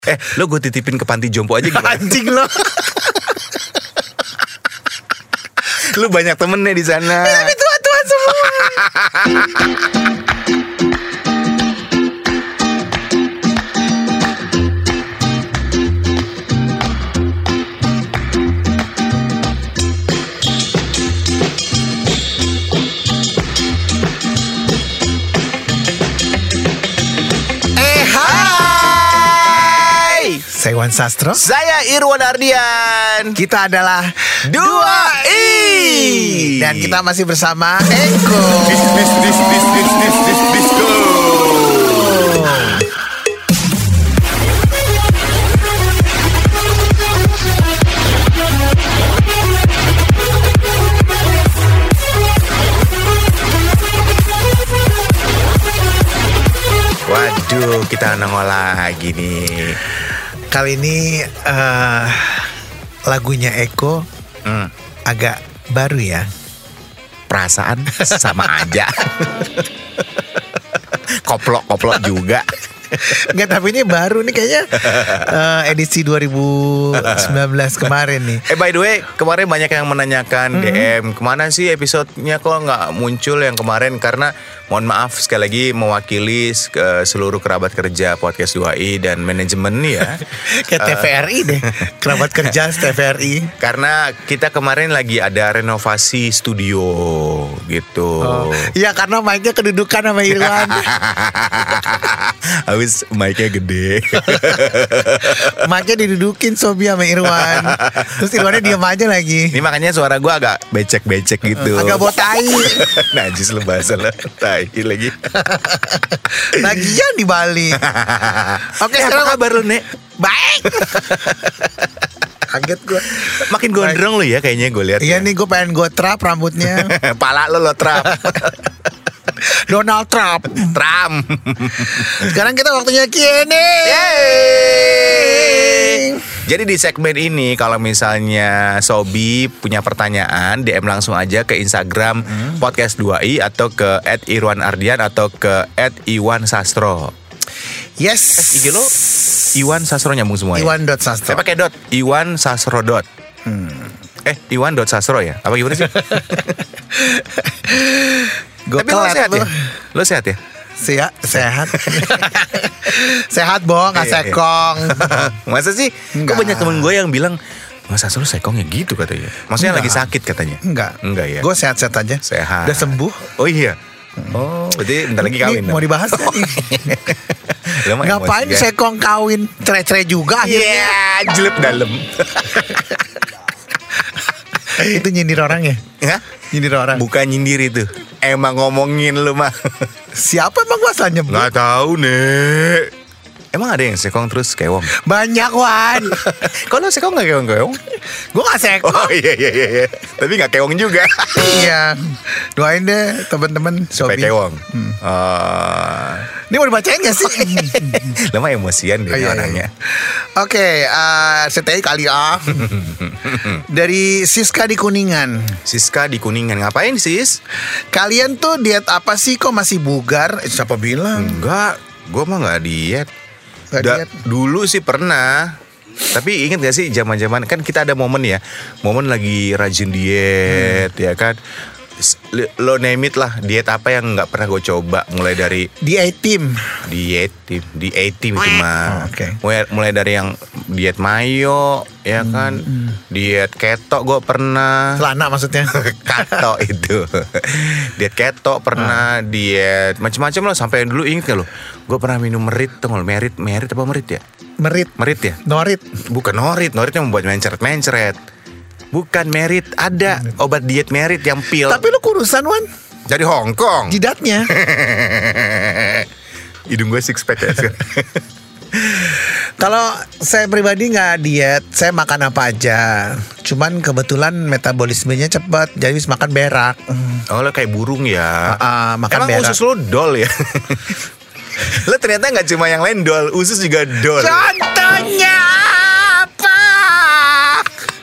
Lo gue titipin ke panti jompo aja gimana? Anjing lo. Lu banyak temennya di sana. Tapi tua-tua semua. Saya Iwan Sastro. Saya Irwan Ardian. Kita adalah 2i. Dan kita masih bersama Eko. Disco. Waduh, kita nongol lagi nih. Kali ini lagunya Eko agak baru ya. Perasaan sama aja. Koplok juga. Enggak, tapi ini baru nih kayaknya edisi 2019 kemarin nih. By the way, kemarin banyak yang menanyakan DM, kemana sih episodenya kok nggak muncul yang kemarin? Karena mohon maaf sekali lagi mewakili seluruh kerabat kerja podcast 2i dan manajemen ya. Kayak TVRI deh, kerabat kerja TVRI. Karena kita kemarin lagi ada renovasi studio gitu. Iya, karena mic-nya kedudukan sama Irwan. Habis mic-nya gede. Mic-nya didudukin Sobi sama Irwan. Terus Irwannya diam aja lagi. Ini makanya suara gue agak becek-becek gitu. Agak botai. Najis lu bahasa lo. Tai lagi. Lagian di Bali. Oke, sekarang apa kabar lu, Nek? Baik. Kaget gue. Makin gondrong lu ya kayaknya gue lihat. Iya ya. nih, gue pengen gue trap rambutnya. Pala lo trap. Donald Trump. Sekarang kita waktunya Q&A. Jadi di segmen ini kalau misalnya Sobi punya pertanyaan, DM langsung aja ke Instagram podcast 2i atau ke @irwanardian atau ke @iwansastro. Yes. IG lo Iwan Sastro nyambung semua ya? Iwan.Sastro. Saya pakai dot. Iwan Sastro dot. Iwan.Sastro ya? Apa gimana sih? Gue Tapi lo sehat ya? Lo sehat ya? Sehat. Sehat bohong, gak sekong. Masa sih? Enggak. Kok banyak temen gue yang bilang, Mas Sastro sekong ya gitu katanya. Maksudnya Enggak. lagi sakit katanya. Enggak ya? Gue sehat-sehat aja. Sehat. Udah sembuh. Oh iya. Oh, berarti bentar lagi kawin. Ini mau dibahas gak nih? Lo mah Ngapain emosi, kan? sekong kawin? Cerai-cerai juga akhirnya. Iya, jelek dalam. Itu nyindir orang ya? Hah? Nyindir orang. Bukan nyindir itu. Emang ngomongin lu mah. Siapa emang gue asal nyebut? Nggak tahu, Nek. Emang ada yang sekong terus kewong? Banyak, Wan. Kok lo sekong nggak kewong-kewong? Gue gak sekong. Oh iya. Tapi nggak kewong juga. Iya. Doain deh teman-teman Supaya Sobi. kewong. Ini mau dibacain gak sih? Lo mah emosian deh Iya. orangnya. Oke, setai kali ya. Dari Siska di Kuningan. Siska di Kuningan, ngapain sis? Kalian tuh diet apa sih kok masih bugar? Siapa bilang? Enggak, gue mah nggak diet. Nggak diet. Dulu sih pernah. Tapi inget gak sih zaman-zaman kan kita ada momen ya, momen lagi rajin diet ya kan. Lo name it lah, diet apa yang nggak pernah gue coba, mulai dari Di A-Team. diet itu mah. Oke. Mulai dari yang diet mayo ya kan, diet keto gue pernah. Celana maksudnya. Keto itu. Diet keto pernah, diet macam-macam lah, sampai dulu inget gak lo? Gue pernah minum merit, tuh merit apa merit ya? Merit ya? Norit. Bukan norit yang membuat mencret. Bukan merit, ada obat diet merit yang pil. Tapi lu kurusan, Wan. Dari Hong Kong. Jidatnya. Hidung gue six pack ya. Kalau saya pribadi nggak diet, saya makan apa aja. Cuman kebetulan metabolismenya cepat, jadi bisa makan berak. Oh, lo kayak burung ya. Makan Emang berak. usus lo dol ya? Lo ternyata nggak cuma yang lain dol, usus juga dol. Contohnya apa?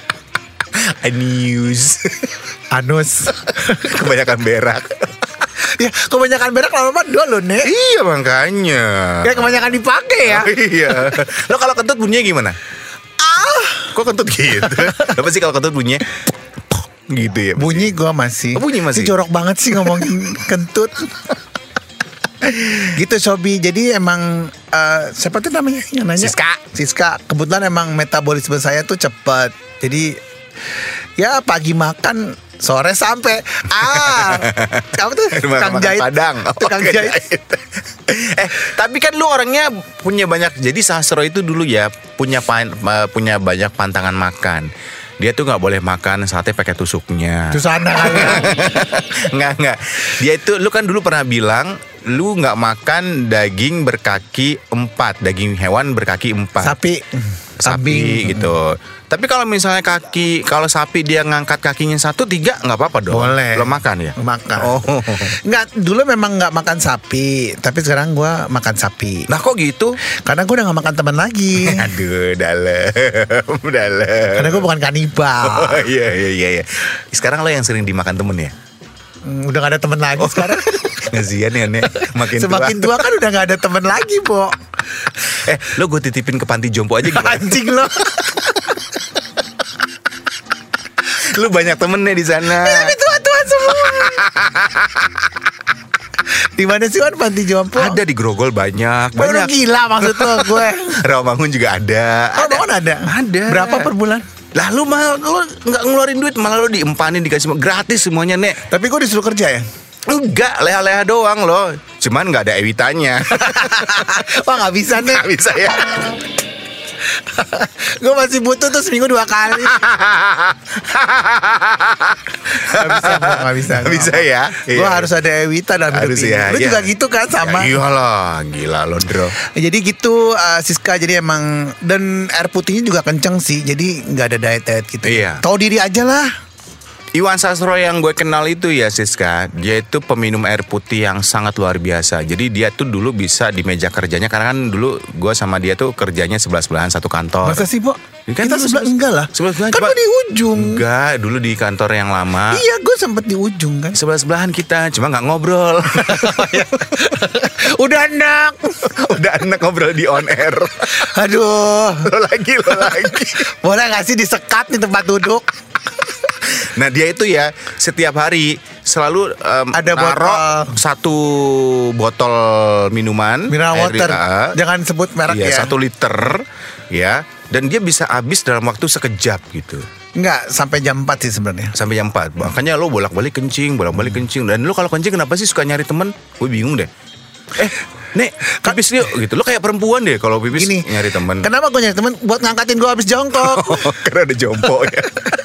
Anus. Anus. Kebanyakan berak. Ya kebanyakan berak lama-lama dulu nih. Iya makanya. Ya kebanyakan dipakai ya. Oh, iya. Lo kalau kentut bunyinya gimana? Kok kentut gitu? Apa sih kalau kentut bunyinya? Gitu ya. Bunyi gue masih. Oh, bunyi masih. Ini jorok banget sih ngomongin kentut. Gitu Sobi. Jadi emang siapa tuh namanya yang nanya? Siska. Kebetulan emang metabolisme saya tuh cepat. Jadi ya pagi makan, sore sampai apa tuh? Tukang jahit. Padang. Tukang jahit. Tapi kan lu orangnya punya banyak. Jadi Sastro itu dulu ya punya banyak pantangan makan. Dia tuh nggak boleh makan sate pakai tusuknya. Itu sana Nggak. Dia itu, lu kan dulu pernah bilang lu nggak makan daging berkaki 4, daging hewan berkaki 4. Sapi Sapi gitu. Tapi kalau misalnya kalau sapi dia ngangkat kakinya 1, 3 nggak apa-apa dong. Boleh. Lo makan ya? Makan. Oh. Nggak, dulu memang nggak makan sapi, tapi sekarang gue makan sapi. Nah kok gitu? Karena gue udah gak makan teman lagi. Aduh, dalam. Karena gue bukan kanibal. Oh, iya. Sekarang lo yang sering dimakan temen ya? Udah gak ada teman lagi sekarang. Kasian ya Nek. Semakin tua kan udah gak ada teman lagi, Bo. Lo gue titipin ke panti jompo aja gimana? Anjing lo. Lu banyak temennya di sana. Tapi tua-tua semua. Di mana sih Wan panti jompo? Ada di Grogol banyak. Udah gila maksud lo gue. Rawamangun juga ada. Rawamangun ada? Ada. Berapa per bulan? Lah lu nggak ngeluarin duit, malah lu diempanin dikasih gratis semuanya Nek. Tapi gue disuruh kerja ya? Enggak, leha-leha doang loh. Cuman nggak ada ewitanya. Wah nggak bisa nih. Nggak bisa ya. Gue masih butuh tuh seminggu 2 kali. Gak bisa ya. Gue harus ada Ewita dalam hidup ini ya, lu juga gitu kan sama ya, iyalah, gila lo Dro. Jadi gitu Siska. Jadi emang, dan air putihnya juga kenceng sih. Jadi gak ada diet gitu. Iya. Tahu diri aja lah. Iwan Sastro yang gue kenal itu ya Siska, dia itu peminum air putih yang sangat luar biasa. Jadi dia tuh dulu bisa di meja kerjanya, karena kan dulu gue sama dia tuh kerjanya sebelah-sebelahan satu kantor. Masa sih, Bo? Kan kita sebelah enggak lah. Sebelah-sebelahan. Kan di ujung. Enggak, dulu di kantor yang lama. Iya, gue sempet di ujung kan. Sebelah-sebelahan kita, cuma gak ngobrol. Udah enak. Udah enak ngobrol di on air. Aduh. Lo lagi. Boleh gak sih disekat di tempat duduk? Nah dia itu ya setiap hari selalu ada botol, 1 botol minuman mineral water. Jangan sebut merek ya. 1 liter ya. Dan dia bisa habis dalam waktu sekejap gitu. Enggak, sampai jam 4 sih sebenarnya. Sampai jam 4. Makanya lo bolak-balik kencing. Dan lo kalau kencing kenapa sih suka nyari temen? Gue bingung deh. Nek, pipis yuk gitu. Lo kayak perempuan deh kalau pipis gini, nyari temen. Kenapa gue nyari temen? Buat ngangkatin gue habis jongkok. Karena ada jompo ya.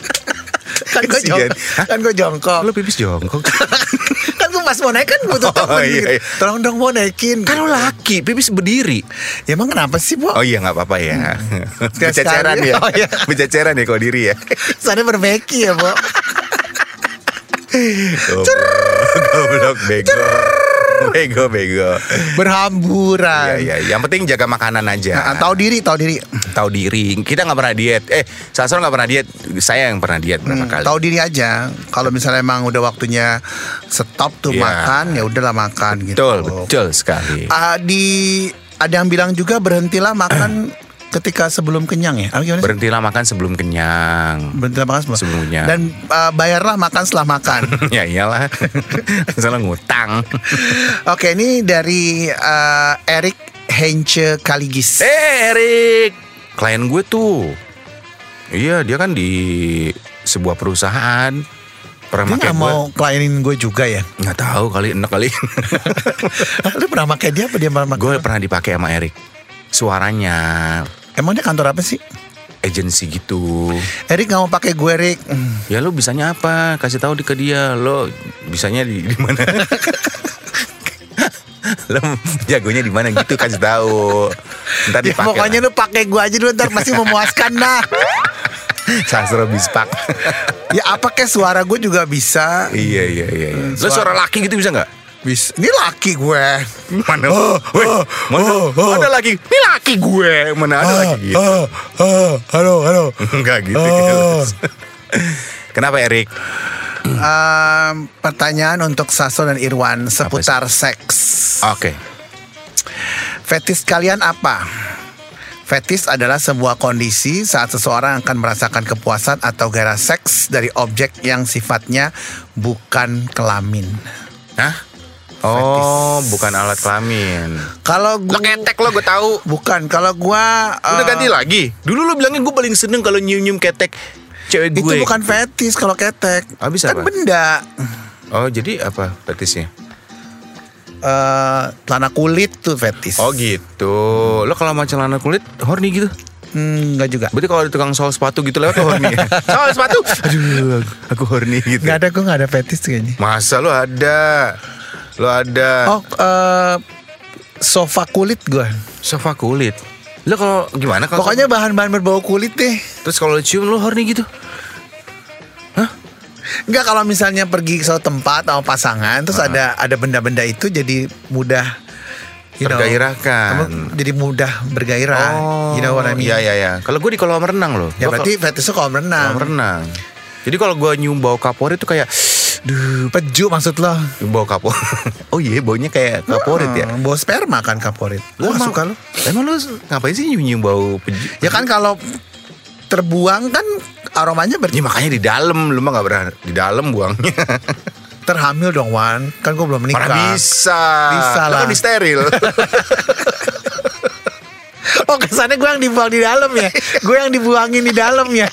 Kan gue jongkok. Lo pipis jongkok. Kan gue pas mau naik kan butuh temen gitu. Tolong dong mau naikin. Kan lo laki, pipis berdiri. Ya emang kenapa sih, Bo? Oh iya gak apa-apa ya. Bececeran ya. Bececeran ya kalau diri ya. Soalnya berbeki ya, Bo. Goblok bego. Berhamburan. Iya. Yang penting jaga makanan aja. Tahu diri. Kita nggak pernah diet. Sastro nggak pernah diet. Saya yang pernah diet berapa kali. Tahu diri aja. Kalau misalnya emang udah waktunya stop tuh makan, ya udahlah makan gitu. Betul sekali. Ada yang bilang juga berhentilah makan ketika sebelum kenyang ya. Berhentilah makan sebelum kenyang. Berhentilah makan sebelum kenyang. Dan bayarlah makan setelah makan. Ya iyalah. Salah ngutang. Oke, ini dari Erik Hence Kaligis. Erik, klien gue tuh. Iya, dia kan di sebuah perusahaan. Pernah dia gak mau klienin gue juga ya? Nggak tahu kali, enak kali. Lu pernah pakai dia apa dia pernah pakai? Gue pernah dipakai sama Erik. Suaranya. Emang dia kantor apa sih? Agensi gitu. Erik gak mau pakai gue, Erik. Ya lo bisanya apa? Kasih tahu ke dia. Lo bisanya di mana? Lo jagonya di mana gitu, kasih tahu. Ntar ya, pokoknya lah. Lu pakai gue aja dulu, ntar pasti memuaskan dah. Sastro bispak. Ya apa kayak suara gue juga bisa. Iya. Lo suara laki gitu bisa nggak? Bisa. Ini laki gue. Mana? Ada laki. Ini laki gue. Mana ada laki gitu? Halo. Enggak gitu. Kenapa Erik? Pertanyaan untuk Sasso dan Irwan seputar seks. Oke. Fetis kalian apa? Fetis adalah sebuah kondisi saat seseorang akan merasakan kepuasan atau gairah seks dari objek yang sifatnya bukan kelamin. Hah? Oh, bukan alat kelamin. Kalau Lo ketek lo, gue tahu. bukan, kalau gua Udah ganti lagi. Dulu lo bilangin gue paling seneng kalau nyium-nyium ketek cewek gue. itu bukan fetis kalau ketek. Habis Kan apa? benda. Oh, jadi apa fetisnya? Celana kulit tuh fetis. Oh gitu. Lo kalau sama celana kulit horny gitu? Enggak juga. Berarti kalau di tukang sol sepatu gitu lewat lo horny. Sol sepatu. Aduh, aku horny gitu. Enggak ada, gue enggak ada fetis kayaknya. Masa lo ada? Lo ada? Oh, sofa kulit gue. Sofa kulit. Lo kalau gimana kalau Pokoknya bahan-bahan berbau kulit deh. terus kalau cium lo horny gitu? Enggak, kalau misalnya pergi ke suatu tempat sama pasangan terus ada benda-benda itu jadi mudah Tergairahkan. Jadi mudah bergairah. You know what I mean? Iya. Kalau gue di kolam renang loh. Ya berarti fetisnya kolam renang. kolam renang. Jadi kalau gue nyium bau kaporit tuh kayak Peju maksud lo? bau kapor. Oh iya, baunya kayak kaporit ya. Bau sperma kan kaporit. Lo Emang- suka lo? Emang lu ngapain sih nyium bau peju? Ya kan kalau terbuang kan aromanya Ya makanya di dalam, lu mah gak pernah di dalam buangnya. terhamil dong Wan. Kan gue belum menikah. Mana bisa. Bisa Lu lah. kan di steril. Oh kesannya gue yang dibuang di dalam ya. Gue yang dibuangin di dalam ya.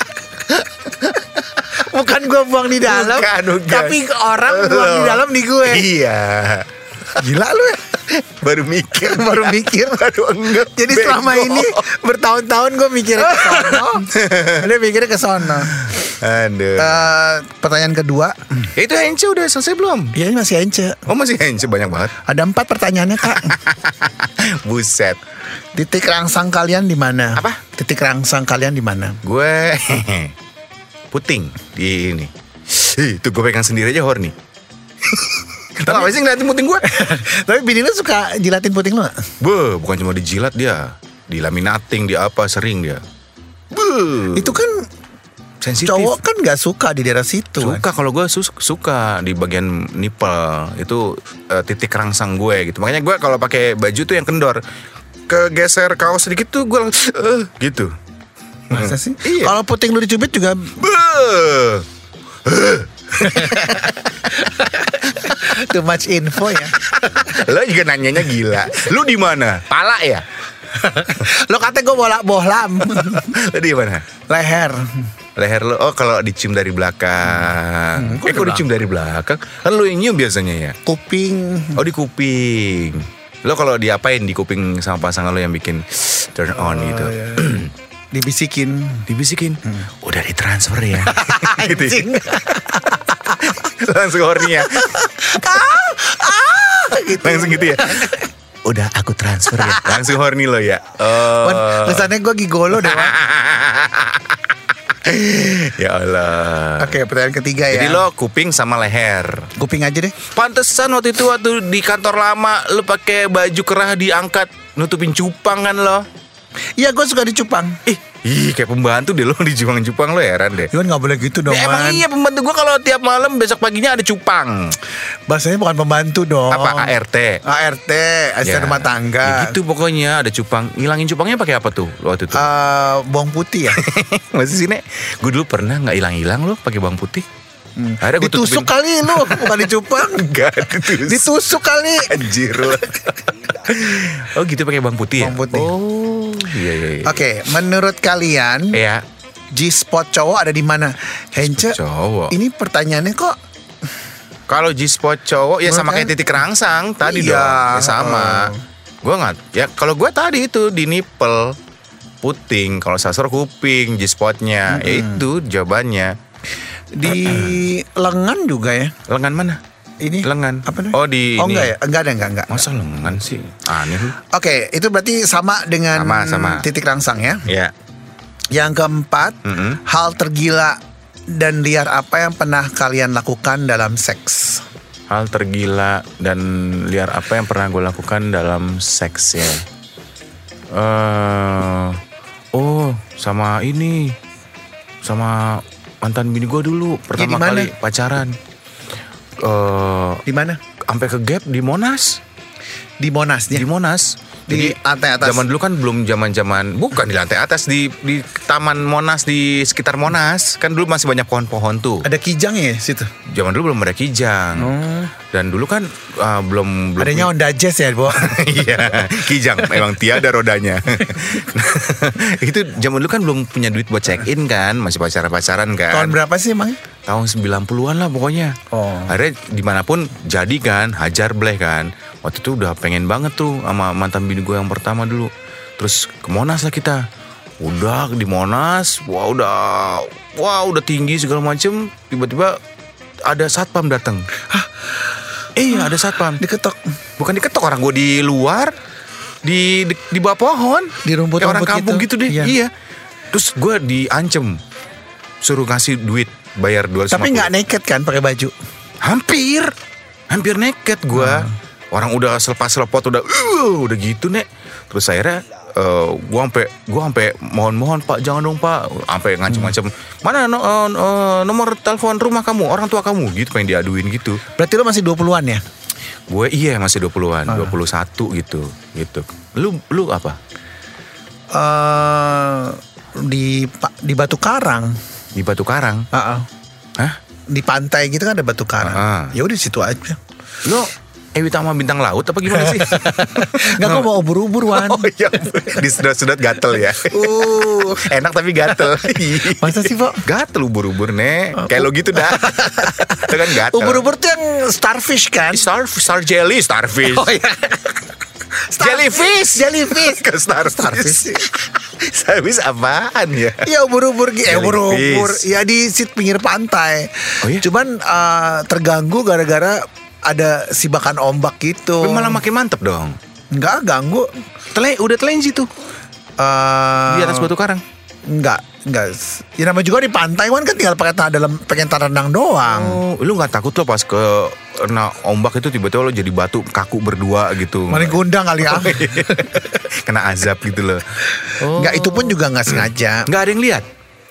Bukan gue buang di dalam, Bukan. tapi orang buang di dalam di gue. Iya. Gila lu ya. Baru mikir. Baru mikir. Aduh enggak. Jadi selama Bego. ini bertahun-tahun gue mikirnya ke sono. Dia mikirnya ke sono. Aduh. Pertanyaan kedua. Ya itu Hence udah selesai belum? Ya ini masih ence. Oh masih Hence banyak banget. Ada 4 pertanyaannya kak. Buset. Titik rangsang kalian di mana? Apa? Titik rangsang kalian di mana? Gue puting di ini. Tuh gue pegang sendiri aja horny. Kenapa sih ngeliatin puting gue? Tapi bini lu suka jilatin puting lu gak? Bukan cuma dijilat dia, dilaminating, dia apa sering dia. Itu kan Sensitif. cowok kan gak suka di daerah situ kan? Suka kalau gue suka di bagian nipple itu titik rangsang gue gitu. Makanya gue kalau pakai baju tuh yang kendor, kegeser kaos sedikit tuh gue langsung gitu. Masa sih? Iya. Kalau puting lu dicubit juga too much info ya. Lo juga nanyanya gila. Lu di mana? Pala ya? Lo kata gue bohlam. Lo di mana? Leher. Leher lo. Oh kalau dicium dari belakang. Kok dicium dari belakang? Kan lo yang nyium biasanya ya. Kuping. Oh di kuping. Lo kalau diapain di kuping sama pasangan lo yang bikin turn on gitu? Dibisikin. Dibisikin. Udah ditransfer ya. Anjing. Langsung horny ya. Gitu. Langsung gitu ya. Udah aku transfer ya. Langsung horny lo ya. Wan, kesannya gue gigolo deh Wan. Ya Allah. Oke, pertanyaan ketiga ya. Jadi lo kuping sama leher. Kuping aja deh. Pantesan waktu di kantor lama lo pakai baju kerah diangkat nutupin cupang kan lo. Iya, gue suka dicupang. Ih kayak pembantu deh lo di cupang lo heran deh. Iwan gak boleh gitu dong Ya, emang Wan. iya pembantu gue kalau tiap malam besok paginya ada cupang. Bahasanya bukan pembantu dong. Apa ART? ART, asisten rumah tangga. Ya gitu pokoknya ada cupang. Ngilangin cupangnya pakai apa tuh lo waktu itu? Bawang putih ya. Masih sih Nek. Gue dulu pernah gak hilang-hilang lo pakai bawang putih. Akhirnya gue Ditusuk kali lu, bukan dicupang. Enggak Ditusuk kali. Anjir lo. Oh gitu pakai bawang putih ya? Bawang putih. Oh iya. Oke, menurut kalian Ya. G-spot cowok ada di mana? Hence, Cowok. ini pertanyaannya kok Kalau G-spot cowok ya sama kayak titik rangsang tadi Iya. dong. Ya sama. Gue nggak. Ya kalau gue tadi itu di nipple, puting. Kalau sasar kuping, G-spotnya. Ya itu jawabannya. di lengan juga ya? Lengan mana? Ini Lengan. apa namanya? Oh di Oh ini. enggak ya? Enggak. Masa lengan sih? Aneh lu. Oke, itu berarti sama dengan Sama. titik rangsang ya. Ya. Yang keempat, Mm-mm. hal tergila dan liar apa yang pernah kalian lakukan dalam seks? Hal tergila dan liar apa yang pernah gue lakukan dalam seks ya? Oh, sama ini, sama mantan bini gue dulu pertama kali pacaran. Di mana? Sampai ke Gap di Monas. Di Monasnya. Di Monas. Di lantai atas. Zaman dulu kan belum zaman bukan di lantai atas, di Taman Monas, di sekitar Monas. Kan dulu masih banyak pohon-pohon tuh. Ada kijang ya situ. Zaman dulu belum ada kijang. Dan dulu kan belum adanya Honda Jazz ya, Bo. Iya, kijang memang tiada rodanya. Itu zaman dulu kan belum punya duit buat check in kan, masih pacaran kan. Tahun berapa sih emang? Tahun 90-an lah pokoknya. Akhirnya dimanapun jadi kan, hajar bleh kan. Waktu itu udah pengen banget tuh sama mantan bini gue yang pertama dulu. Terus ke Monas lah kita. Udah di Monas, wah udah tinggi segala macem. Tiba-tiba ada satpam datang. Hah? Iya, ada satpam. Diketok. Bukan diketok, orang gue di luar, di bawah pohon, di rumput-rumput kayak orang kampung gitu deh. Iya. Terus gue diancem, suruh ngasih duit, bayar 250. Tapi nggak naked kan pakai baju? Hampir naked gue. Orang udah selepas-selepot udah gitu nek. Terus akhirnya gue sampai mohon Pak, jangan dong Pak, sampai ngancem-ngancem, mana nomor telepon rumah kamu, orang tua kamu, gitu pengen diaduin gitu. Berarti lo masih 20-an ya? Gue masih 20-an, 21 gitu. Lu apa? Di Batu Karang. Di Batu Karang? Hah? Di pantai gitu kan ada Batu Karang. Ya udah situ aja. Lo Ewita sama bintang laut apa gimana sih? Enggak, kok mau ubur-ubur, Wan. Oh iya, disedot-sedot gatel ya. Enak tapi gatel. Masa sih, Pak? Gatel ubur-ubur, Nek. Kayak lo gitu dah. Itu kan gatel. Ubur-ubur tuh yang starfish kan? Star jelly, starfish. Oh iya. Jellyfish ke starfish. Starfish apaan ya? Ya ubur-ubur ubur-ubur. Ya di pinggir pantai. Oh, iya? Cuman terganggu gara-gara ada sibakan ombak gitu. Malah makin mantep dong. Enggak ganggu. Udah telenji tuh. Di atas Batu Karang. Enggak. Ya namanya juga di pantai kan tinggal pengen renang doang. Oh, lu nggak takut lo pas kena ombak itu tiba-tiba lo jadi batu kaku berdua gitu? Maling gundang kali ya. Kena azab gitu loh. Enggak, itu pun juga nggak sengaja. Nggak ada yang lihat.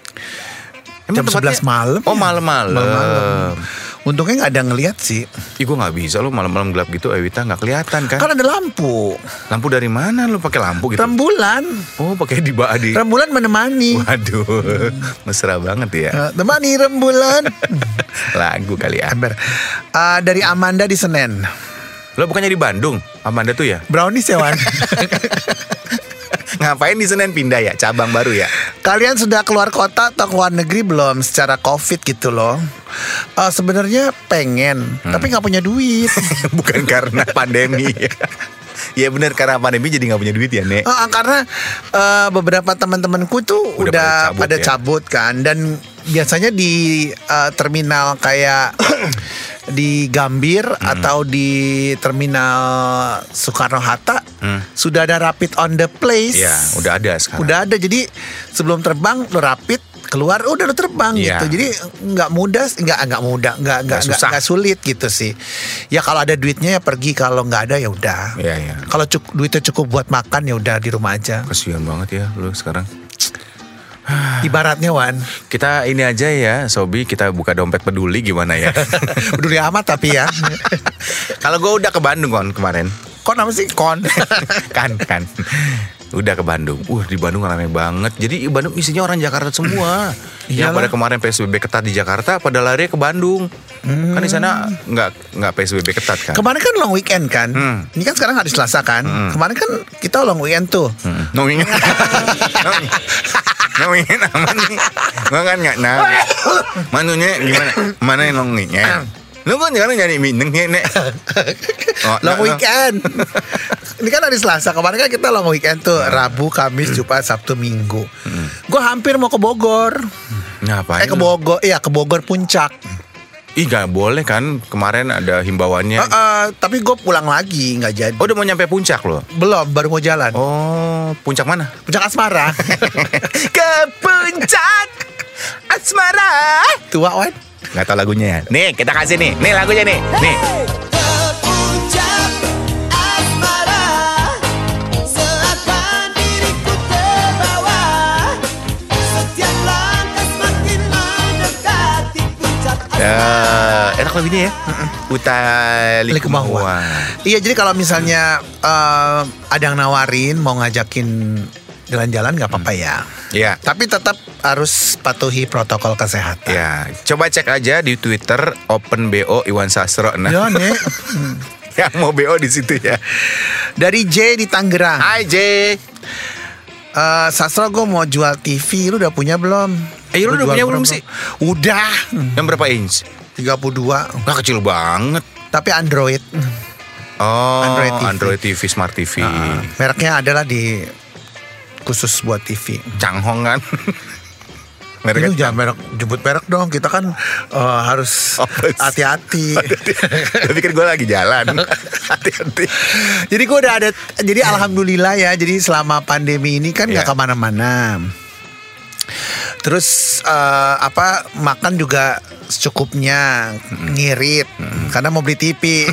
Jam 11 malam. Oh, malam-malam. Untungnya nggak ada yang ngeliat sih. Ih, gue nggak bisa lo malam-malam gelap gitu, Ewita nggak kelihatan kan? Kan ada lampu. Lampu dari mana lo pakai lampu gitu? Rembulan. Oh, pakai di rembulan menemani. Waduh, mesra banget ya. Temani rembulan. Lagu kali ya. Dari Amanda di Senen. Lo bukannya di Bandung, Amanda tuh ya? Brownies ya, Wan. Ngapain di Senen pindah ya, cabang baru ya? Kalian sudah keluar kota atau keluar negeri belum secara COVID gitu loh? Sebenarnya pengen, tapi nggak punya duit. Bukan karena pandemi. Ya benar, karena pandemi jadi nggak punya duit ya, Nek. Karena beberapa teman-temanku tuh udah pada cabut kan, dan biasanya di terminal kayak di Gambir atau di terminal Soekarno Hatta sudah ada rapid on the place. Ya, udah ada sekarang. Udah ada, jadi sebelum terbang lo rapid keluar udah lo terbang gitu. Jadi nggak sulit gitu sih. Ya kalau ada duitnya ya pergi, kalau nggak ada ya udah. Iya. Kalau duitnya cukup buat makan ya udah di rumah aja. Kasihan banget ya lo sekarang. Ibaratnya, Wan, kita ini aja ya, Sobi, kita buka dompet peduli gimana ya? Peduli amat tapi ya. Kalau gue udah ke Bandung kemarin. Kon apa sih? Kon. kan. Udah ke Bandung. Di Bandung ramai banget. Jadi Bandung isinya orang Jakarta semua. Yang pada kemarin PSBB ketat di Jakarta pada lari ke Bandung. Kan di sana nggak PSBB ketat kan. Kemarin kan long weekend kan. Ini kan sekarang hari Selasa kan. Kemarin kan kita long weekend tuh. Long weekend. Long weekend aman nih. Gue kan nggak tahu. Manunya gimana? Mana yang long weekend? Lu kan sekarang jadi mineng ya, Nek. Long weekend. Ini kan hari Selasa. Kemarin kan kita long weekend tuh. Rabu, Kamis, Jumat, Sabtu, Minggu. Gue hampir mau ke Bogor. Ngapain? Ke Bogor. Iya, ke Bogor Puncak. Ih, gak boleh kan. Kemarin ada himbauannya. Tapi gue pulang lagi, gak jadi. Oh, udah mau nyampe puncak loh? Belum, baru mau jalan. Oh, puncak mana? Puncak Asmara. Ke puncak Asmara. Tua, Wan. Gak tau lagunya ya. Nih, kita kasih nih. Nih lagunya nih. Nih. Enak lebihnya ya. Utali Kumahua. Iya, jadi kalau misalnya ada yang nawarin mau ngajakin jalan-jalan nggak apa-apa ya. Iya. Tapi tetap harus patuhi protokol kesehatan. Ya, coba cek aja di Twitter Open BO Iwan Sastro. Nah, Ya, Nek. yang mau BO di situ ya. Dari J di Tangerang. Hai J. Sastro, gue mau jual TV. Lu udah punya belum? Lu udah Gua jual punya belum berapa? sih? Udah. Yang berapa inch? 32. Nah, kecil banget. Tapi Android. Oh, Android TV. TV Smart TV. Mereknya adalah di khusus buat TV. Canghong kan. Itu Mereknya jangan merek, jemput merek dong. Kita kan harus hati-hati. Gue pikir gue lagi jalan. Hati-hati. Jadi gue udah ada. Jadi alhamdulillah ya. Jadi selama pandemi ini kan nggak Iya. kemana-mana. Terus makan juga secukupnya, ngirit karena mau beli TV.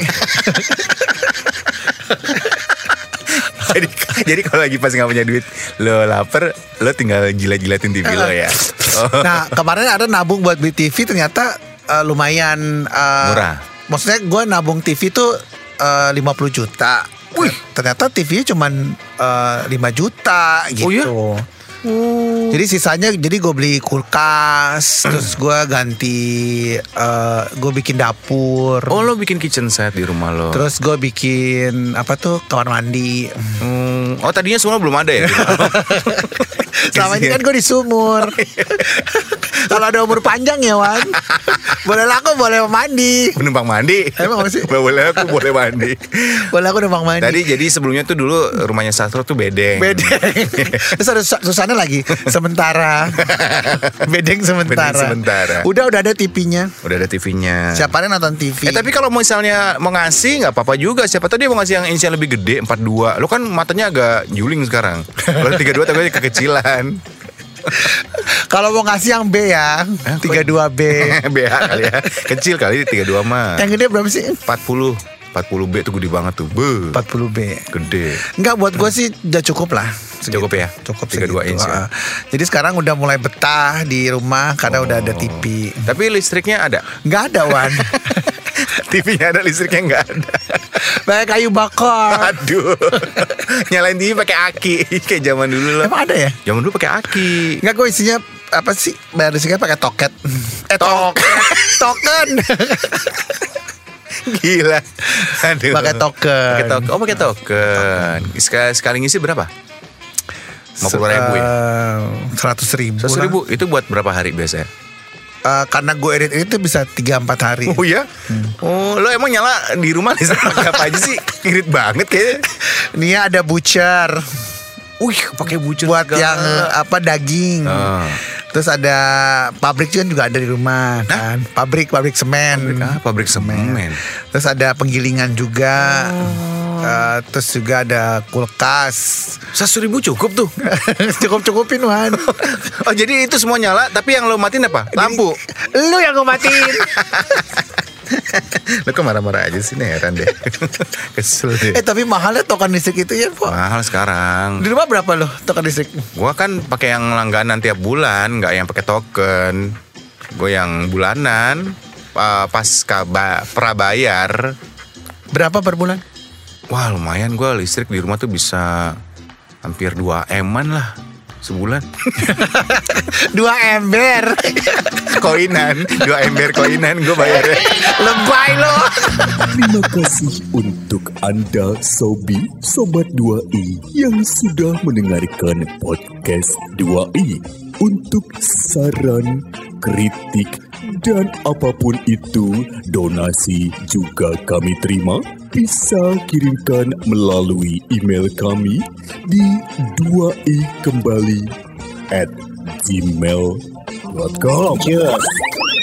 jadi kalau lagi pas nggak punya duit, lo lapar, lo tinggal jilat-jilatin TV lo ya. Oh. Nah kemarin ada nabung buat beli TV, ternyata lumayan Murah. Maksudnya gue nabung TV tuh 50 juta. Wih. Ternyata TV-nya cuman 5 juta gitu. Oh iya? Jadi sisanya, jadi gue beli kulkas, terus gue ganti, gue bikin dapur, Oh, lo bikin kitchen set di rumah lo. terus gue bikin apa tuh, kamar mandi. Oh, tadinya semua belum ada ya? Selama ini kan gue di sumur. Kalau ada umur panjang ya Wan, boleh lah aku boleh mandi. Menumpang mandi. Emang apa sih? Boleh aku boleh mandi. Boleh aku numpang mandi. Tadi jadi sebelumnya tuh dulu rumahnya Sastro tuh bedeng. Bedeng. Terus ada Susana lagi sementara. Bedeng sementara. Bedeng sementara. Udah ada TV-nya. Udah ada TV-nya. Siapa yang nonton TV? Tapi kalau misalnya mau ngasih nggak apa-apa juga. Siapa tahu dia mau ngasih yang inisial lebih gede 42. Lo kan matanya agak juling sekarang. Kalau 32 tapi kekecilan. Kalau mau ngasih yang B ya, 32B. BH kali ya. Kecil kali 32 mah. Yang gede berapa sih? 40B tuh gede banget tuh. 40B. Gede. Enggak, buat gue sih udah cukup lah. Segitu. Cukup ya? Cukup 32 inch ya? Jadi sekarang udah mulai betah di rumah karena udah ada TV. Tapi listriknya ada? Nggak ada Wan. TV-nya ada, listriknya nggak ada. Pakai kayu bakar. Aduh. Nyalain TV pakai aki kayak zaman dulu loh. Emang ada ya? Zaman dulu pakai aki. Enggak, gue isinya apa sih? Bayar listriknya pakai toket. Token. Gila. Aduh. Pakai token. Oh, pakai token. Sekali ngisi berapa? 50.000 ya? 100.000. 100.000 itu buat berapa hari biasanya? Karena gue edit itu bisa 3-4 hari. Oh ya? Oh, lo emang nyala di rumah listrik pakai apa aja sih? Irit banget kayaknya. Ini ada butcher. Wih, pakai bucur Buat segala. yang daging. Terus ada pabrik juga ada di rumah kan. Pabrik semen. Pabrik semen. Terus ada penggilingan juga. Terus juga ada kulkas. 100.000 cukup tuh. Cukup-cukupin Wan. Oh, jadi itu semua nyala, tapi yang lo matiin apa? Lampu. Lu yang gue matiin. Lo kok marah-marah aja sih, heran deh. Kesel deh. Tapi mahalnya token listrik itu ya Pak. Mahal sekarang. Di rumah berapa lo token listrik? Gua kan pakai yang langganan tiap bulan, nggak yang pakai token. Gue yang bulanan, pas prabayar. Berapa per bulan? Wah, lumayan, gue listrik di rumah tuh bisa hampir 2 M-an lah sebulan. 2 ember. Koinan, 2 ember koinan gue bayarnya. Lebay lo. Terima kasih untuk Anda Sobi Sobat 2i yang sudah mendengarkan podcast 2i. Untuk saran, kritik, dan apapun itu, donasi juga kami terima. Bisa kirimkan melalui email kami di 2ikembali@gmail.com. Cheers.